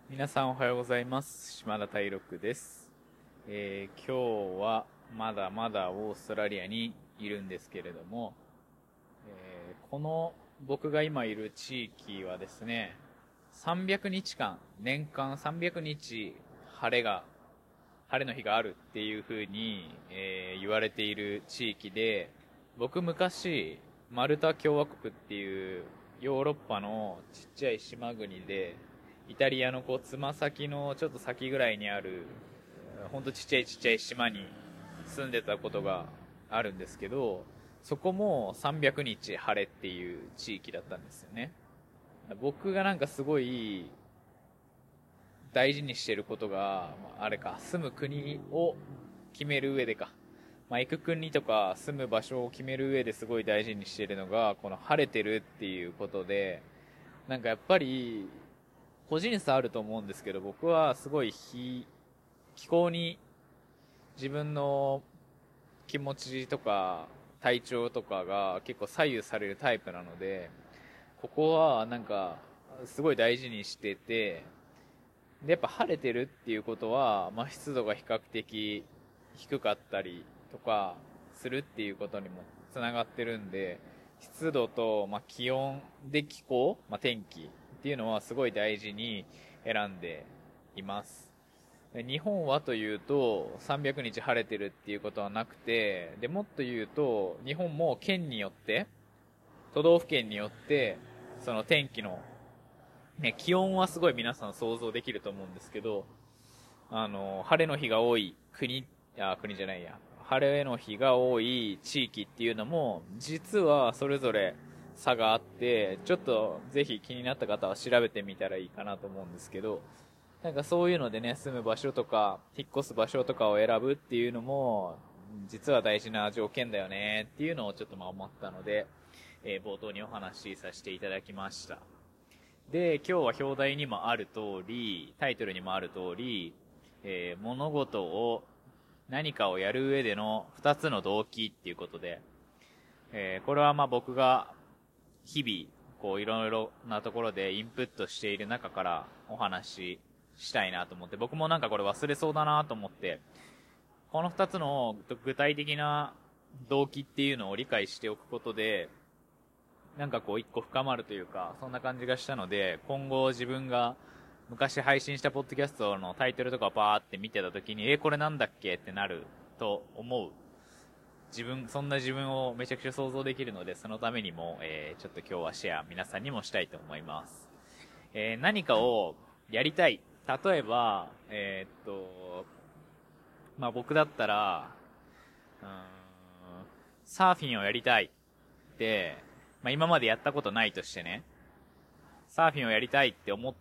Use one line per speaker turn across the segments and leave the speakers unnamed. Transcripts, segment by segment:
皆さんおはようございます。島田大六です。今日はまだまだオーストラリアにいるんですけれども、この僕が今いる地域はですね、300日間、年間300日晴れの日があるっていう風に、言われている地域で、僕昔、マルタ共和国っていうヨーロッパのちっちゃい島国で、イタリアのつま先のちょっと先ぐらいにある、ほんとちっちゃい島に住んでたことがあるんですけど、そこも300日晴れっていう地域だったんですよね。僕がなんかすごい大事にしてることが、あれか、住む国を決める上でか。行く国とか住む場所を決める上ですごい大事にしてるのが、この晴れてるっていうことで、なんかやっぱり、個人差あると思うんですけど、僕はすごい気候に自分の気持ちとか体調とかが結構左右されるタイプなので、ここはなんかすごい大事にしてて、で、やっぱ晴れてるっていうことは、湿度が比較的低かったりとかするっていうことにもつながってるんで、湿度と、気温で気候、天気っていうのはすごい大事に選んでいます。日本はというと、300日晴れてるっていうことはなくて、で、もっと言うと、日本も県によって、都道府県によって、その天気の気温はすごい皆さん想像できると思うんですけど、晴れの日が多い国じゃないや、晴れの日が多い地域っていうのも、実はそれぞれ差があって、ちょっとぜひ気になった方は調べてみたらいいかなと思うんですけど、なんかそういうのでね、住む場所とか、引っ越す場所とかを選ぶっていうのも、実は大事な条件だよねっていうのをちょっと思ったので、冒頭にお話しさせていただきました。で、今日は表題にもある通り、タイトルにもある通り、物事を、何かをやる上での二つの動機っていうことで、これは僕が日々、いろいろなところでインプットしている中からお話ししたいなと思って、僕もなんかこれ忘れそうだなと思って、この二つの具体的な動機っていうのを理解しておくことで、なんか一個深まるというか、そんな感じがしたので、今後自分が昔配信したポッドキャストのタイトルとかをバーって見てた時に、これなんだっけってなると思う。そんな自分をめちゃくちゃ想像できるので、そのためにも、ちょっと今日はシェア皆さんにもしたいと思います。何かをやりたい。例えば、僕だったら、サーフィンをやりたいって、今までやったことないとしてね、サーフィンをやりたいって思って、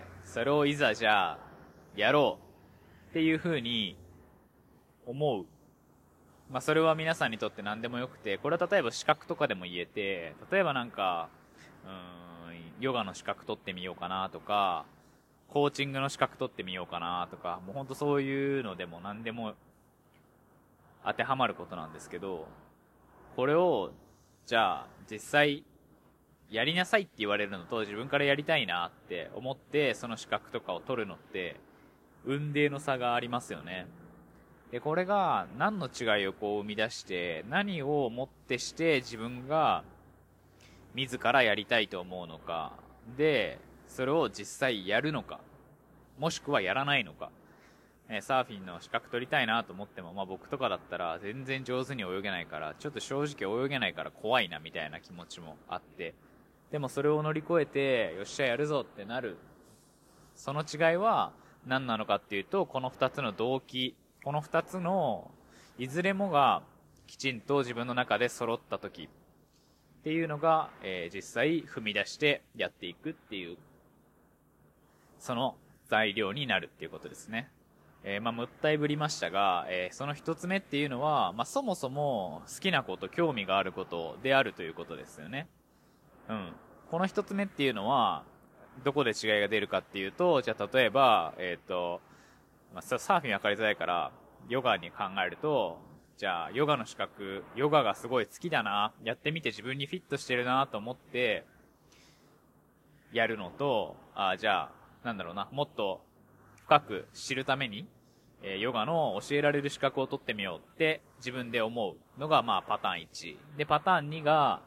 それをいざじゃあ、やろうっていう風に思う。それは皆さんにとって何でもよくて、これは例えば資格とかでも言えて、例えばなんか、ヨガの資格取ってみようかなとか、コーチングの資格取ってみようかなとか、もうほんとそういうのでも何でも当てはまることなんですけど、これを、じゃあ、実際、やりなさいって言われるのと自分からやりたいなって思ってその資格とかを取るのって運命の差がありますよね。で、これが何の違いを生み出して何をもってして自分が自らやりたいと思うのかで、それを実際やるのかもしくはやらないのか。サーフィンの資格取りたいなと思っても、僕とかだったら全然上手に泳げないから、ちょっと正直泳げないから怖いなみたいな気持ちもあって、でもそれを乗り越えて、よっしゃやるぞってなる。その違いは何なのかっていうと、この二つの動機、この二つのいずれもがきちんと自分の中で揃った時っていうのが、実際踏み出してやっていくっていう、その材料になるっていうことですね。もったいぶりましたが、その一つ目っていうのは、そもそも好きなこと、興味があることであるということですよね。うん。この一つ目っていうのは、どこで違いが出るかっていうと、じゃあ例えば、サーフィン分かりづらいから、ヨガに考えると、じゃあ、ヨガの資格、ヨガがすごい好きだな、やってみて自分にフィットしてるなと思って、やるのと、じゃあ、 もっと深く知るために、ヨガの教えられる資格を取ってみようって自分で思うのが、パターン1。で、パターン2が、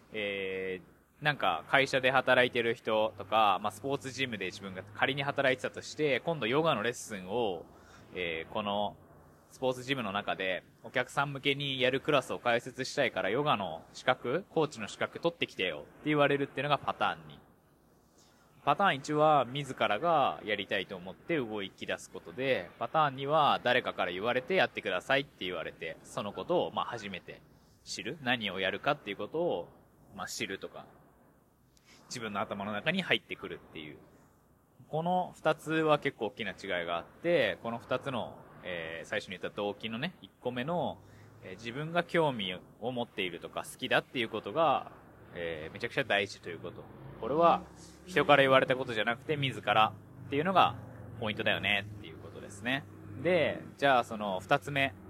会社で働いてる人とか、スポーツジムで自分が仮に働いてたとして、今度ヨガのレッスンを、このスポーツジムの中でお客さん向けにやるクラスを開設したいからヨガの資格、コーチの資格取ってきてよって言われるっていうのがパターン2。パターン1は自らがやりたいと思って動き出すことで、パターン2は誰かから言われてやってくださいって言われて、そのことを初めて知る。何をやるかっていうことを知るとか、自分の頭の中に入ってくるっていう。この2つは結構大きな違いがあって、この2つの、最初に言った動機のね、1個目の、自分が興味を持っているとか好きだっていうことが、めちゃくちゃ大事ということ。これは人から言われたことじゃなくて自らっていうのがポイントだよねっていうことですね。で、じゃあその2つ目、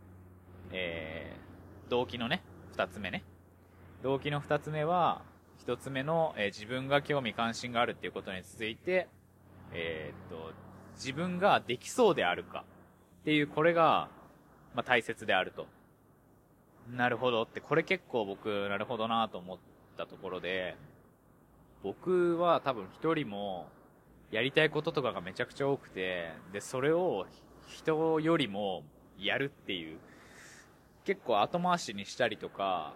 動機のね、2つ目ね。動機の2つ目は、1つ目の、自分が興味関心があるっていうことについて、自分ができそうであるかっていう、これが、大切であると。なるほどって、これ結構僕、なるほどなと思ったところで、僕は多分一人もやりたいこととかがめちゃくちゃ多くて、で、それを人よりもやるっていう、結構後回しにしたりとか、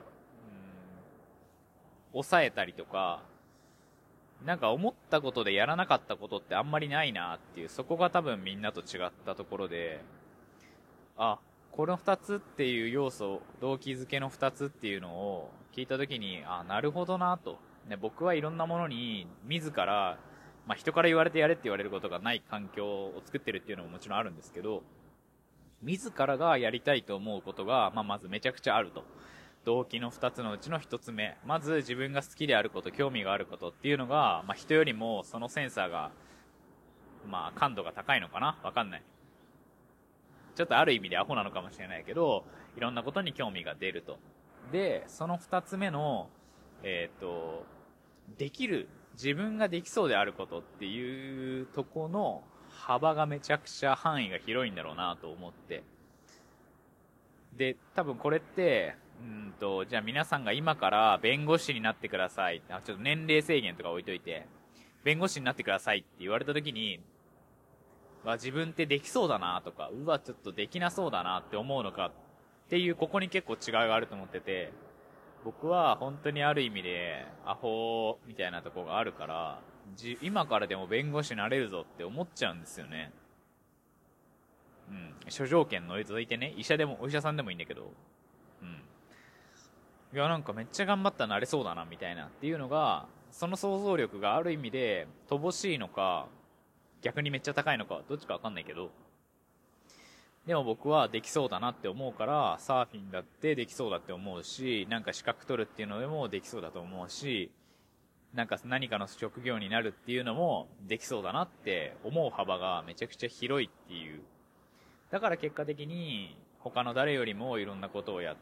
抑えたりとか、思ったことでやらなかったことってあんまりないなっていう、そこが多分みんなと違ったところで、この二つっていう要素、動機づけの二つっていうのを聞いたときに、なるほどなと。ね、僕はいろんなものに自ら、人から言われてやれって言われることがない環境を作ってるっていうのももちろんあるんですけど、自らがやりたいと思うことが、まずめちゃくちゃあると。動機の二つのうちの一つ目。まず自分が好きであること、興味があることっていうのが、人よりもそのセンサーが、感度が高いのかな？わかんない。ちょっとある意味でアホなのかもしれないけど、いろんなことに興味が出ると。で、その二つ目の、できる、自分ができそうであることっていうとこの幅がめちゃくちゃ範囲が広いんだろうなと思って。で、多分これって、じゃあ皆さんが今から弁護士になってください。ちょっと年齢制限とか置いといて、弁護士になってくださいって言われた時に、自分ってできそうだなとか、ちょっとできなそうだなって思うのかっていう、ここに結構違いがあると思ってて、僕は本当にある意味でアホみたいなとこがあるから、今からでも弁護士になれるぞって思っちゃうんですよね。諸条件除いてね、お医者さんでもいいんだけど、いやめっちゃ頑張ったらなれそうだなみたいなっていうのが、その想像力がある意味で乏しいのか、逆にめっちゃ高いのか、どっちかわかんないけど、でも僕はできそうだなって思うから、サーフィンだってできそうだって思うし、資格取るっていうのでもできそうだと思うし、何かの職業になるっていうのもできそうだなって思う幅がめちゃくちゃ広いっていう。だから結果的に他の誰よりもいろんなことをやって、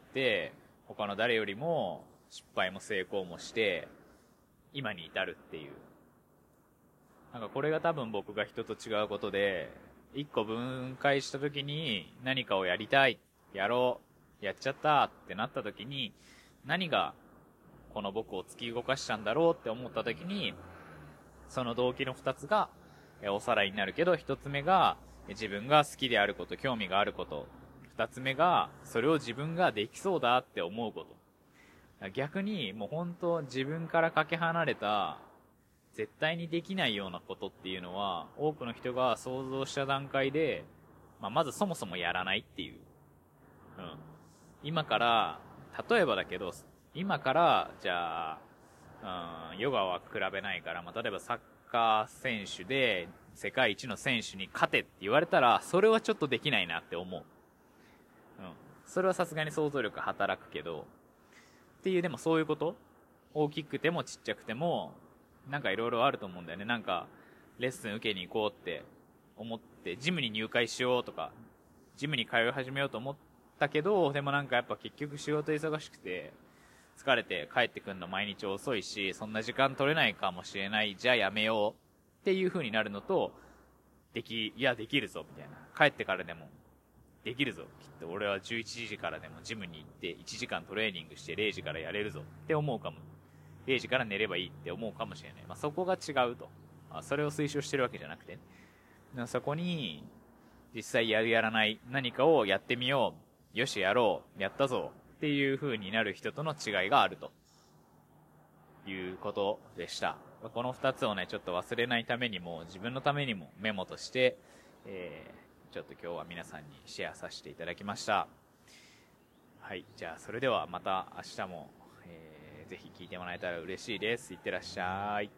他の誰よりも失敗も成功もして、今に至るっていう。これが多分僕が人と違うことで、一個分解した時に何かをやりたい、やろう、やっちゃったってなった時に、何がこの僕を突き動かしたんだろうって思った時に、その動機の二つがおさらいになるけど、一つ目が自分が好きであること、興味があること。二つ目がそれを自分ができそうだって思うこと。逆にもう本当自分からかけ離れた絶対にできないようなことっていうのは、多くの人が想像した段階で、まずそもそもやらないっていう。今から、例えばだけど、今から、じゃあ、ヨガは比べないから、例えばサッカー選手で、世界一の選手に勝てって言われたら、それはちょっとできないなって思う。それはさすがに想像力働くけど、っていう、でもそういうこと、大きくてもちっちゃくても、いろいろあると思うんだよね。レッスン受けに行こうって思って、ジムに入会しようとか、ジムに通い始めようと思ったけど、でもやっぱ結局仕事忙しくて、疲れて帰ってくるの毎日遅いし、そんな時間取れないかもしれない。じゃあやめようっていう風になるのと、いや、できるぞ、みたいな。帰ってからでも、できるぞ。きっと俺は11時からでもジムに行って1時間トレーニングして0時からやれるぞって思うかも。0時から寝ればいいって思うかもしれない。そこが違うと。それを推奨してるわけじゃなくて、そこに、実際やらない何かをやってみよう。よし、やろう。やったぞ。っていう風になる人との違いがあると。いうことでした。この2つをね、ちょっと忘れないためにも、自分のためにもメモとして、ちょっと今日は皆さんにシェアさせていただきました。はい。じゃあ、それではまた明日も、ぜひ聞いてもらえたら嬉しいです。いってらっしゃい。